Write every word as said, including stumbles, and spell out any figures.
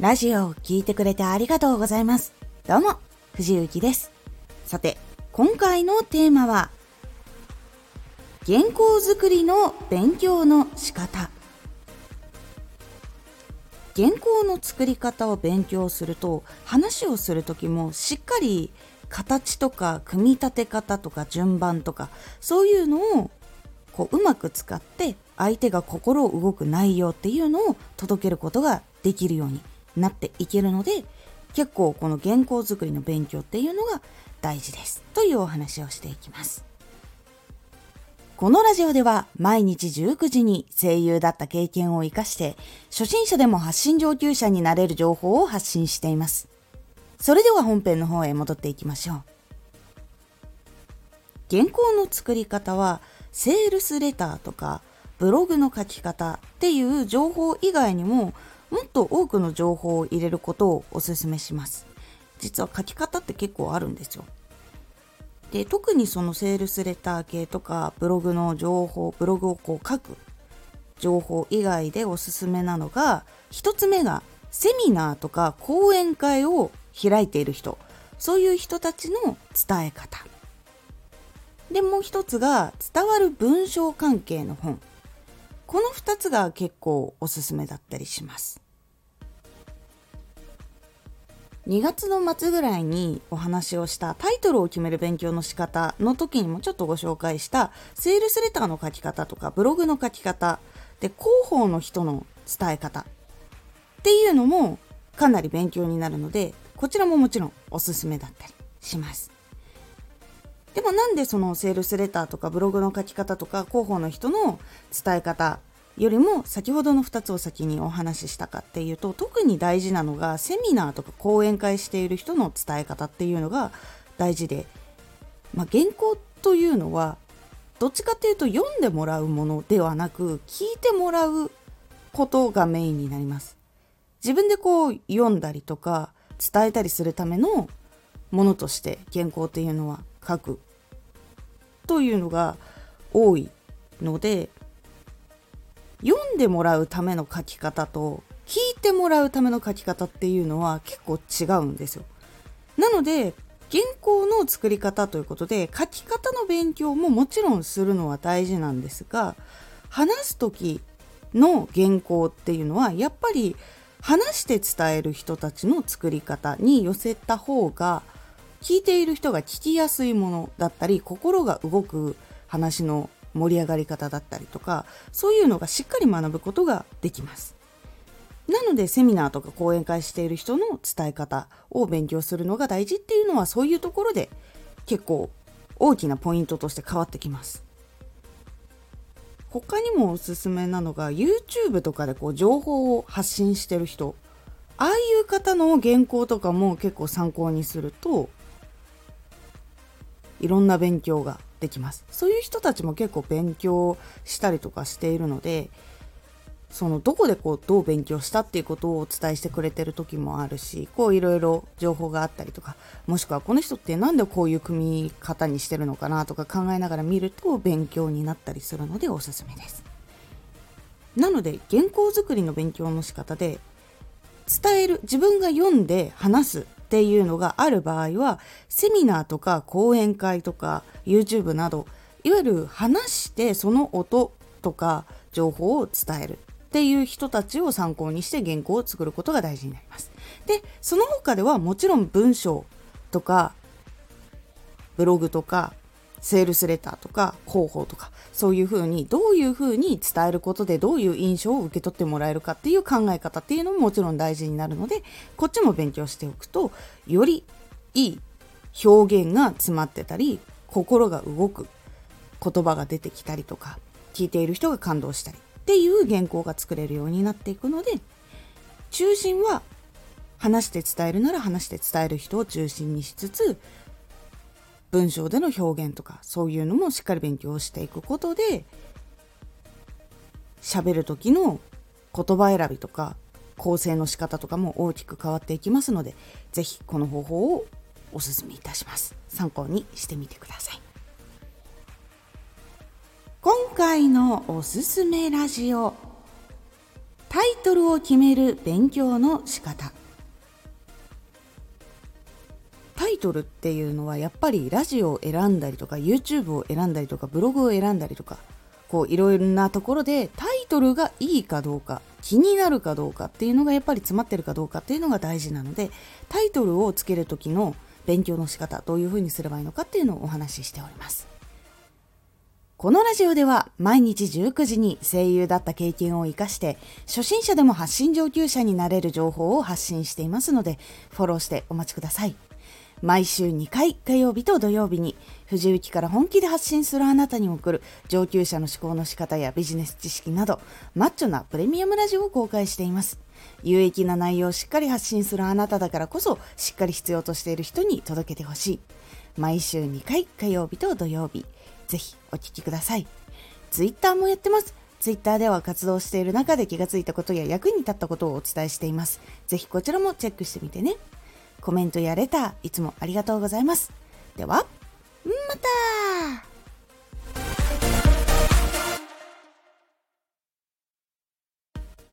ラジオを聞いてくれてありがとうございます。どうも、藤幸です。さて、今回のテーマは、原稿作りの勉強の仕方。原稿の作り方を勉強すると、話をするときもしっかり形とか組み立て方とか順番とか、そういうのをこううまく使って相手が心を動く内容っていうのを届けることができるようになっていけるので、結構この原稿作りの勉強っていうのが大事ですというお話をしていきます。このラジオでは毎日じゅうくじに声優だった経験を生かして初心者でも発信上級者になれる情報を発信しています。それでは本編の方へ戻っていきましょう。原稿の作り方はセールスレターとかブログの書き方っていう情報以外にももっと多くの情報を入れることをお勧めします。実は書き方って結構あるんですよ。で、特にそのセールスレター系とかブログの情報、ブログをこう書く情報以外でおすすめなのが、一つ目がセミナーとか講演会を開いている人、そういう人たちの伝え方。で、もう一つが伝わる文章関係の本。この二つが結構おすすめだったりします。にがつの末ぐらいにお話をしたタイトルを決める勉強の仕方の時にもちょっとご紹介したセールスレターの書き方とかブログの書き方で広報の人の伝え方っていうのもかなり勉強になるので、こちらももちろんおすすめだったりします。でもなんでそのセールスレターとかブログの書き方とか広報の人の伝え方よりも先ほどのふたつを先にお話ししたかっていうと、特に大事なのがセミナーとか講演会している人の伝え方っていうのが大事で、まあ、原稿というのはどっちかっていうと読んでもらうものではなく聞いてもらうことがメインになります。自分でこう読んだりとか伝えたりするためのものとして原稿っていうのは書くというのが多いので、読んでもらうための書き方と聞いてもらうための書き方っていうのは結構違うんですよ。なので原稿の作り方ということで書き方の勉強ももちろんするのは大事なんですが、話す時の原稿っていうのはやっぱり話して伝える人たちの作り方に寄せた方が聞いている人が聞きやすいものだったり、心が動く話の盛り上がり方だったりとか、そういうのがしっかり学ぶことができます。なのでセミナーとか講演会している人の伝え方を勉強するのが大事っていうのは、そういうところで結構大きなポイントとして変わってきます。他にもおすすめなのが YouTube とかでこう情報を発信してる人、ああいう方の原稿とかも結構参考にするといろんな勉強ができます。そういう人たちも結構勉強したりとかしているので、そのどこでこうどう勉強したっていうことをお伝えしてくれてる時もあるし、こういろいろ情報があったりとか、もしくはこの人ってなんでこういう組み方にしてるのかなとか考えながら見ると勉強になったりするのでおすすめです。なので原稿作りの勉強の仕方で伝える、自分が読んで話すっていうのがある場合は、セミナーとか講演会とか YouTube など、いわゆる話してその音とか情報を伝えるっていう人たちを参考にして原稿を作ることが大事になります。で、その他ではもちろん文章とかブログとかセールスレターとか広報とか、そういうふうにどういうふうに伝えることでどういう印象を受け取ってもらえるかっていう考え方っていうのももちろん大事になるので、こっちも勉強しておくとよりいい表現が詰まってたり、心が動く言葉が出てきたりとか、聞いている人が感動したりっていう原稿が作れるようになっていくので、中心は話して伝えるなら話して伝える人を中心にしつつ、文章での表現とかそういうのもしっかり勉強していくことで、喋る時の言葉選びとか構成の仕方とかも大きく変わっていきますので、ぜひこの方法をお勧めいたします。参考にしてみてください。今回のおすすめラジオ、 タイトルを決める勉強の仕方。タイトルっていうのはやっぱりラジオを選んだりとか YouTube を選んだりとかブログを選んだりとか、こういろいろなところでタイトルがいいかどうか、気になるかどうかっていうのがやっぱり詰まってるかどうかっていうのが大事なので、タイトルをつける時の勉強の仕方、どういうふうにすればいいのかっていうのをお話ししております。このラジオでは毎日じゅうくじに声優だった経験を生かして初心者でも発信上級者になれる情報を発信していますので、フォローしてお待ちください。毎週にかい、火曜日と土曜日に藤雪から本気で発信するあなたに送る上級者の思考の仕方やビジネス知識などマッチョなプレミアムラジオを公開しています。有益な内容をしっかり発信するあなただからこそ、しっかり必要としている人に届けてほしい。毎週にかい、火曜日と土曜日、ぜひお聞きください。ツイッターもやってます。ツイッターでは活動している中で気がついたことや役に立ったことをお伝えしています。ぜひこちらもチェックしてみてね。コメントやレターいつもありがとうございます。ではまた。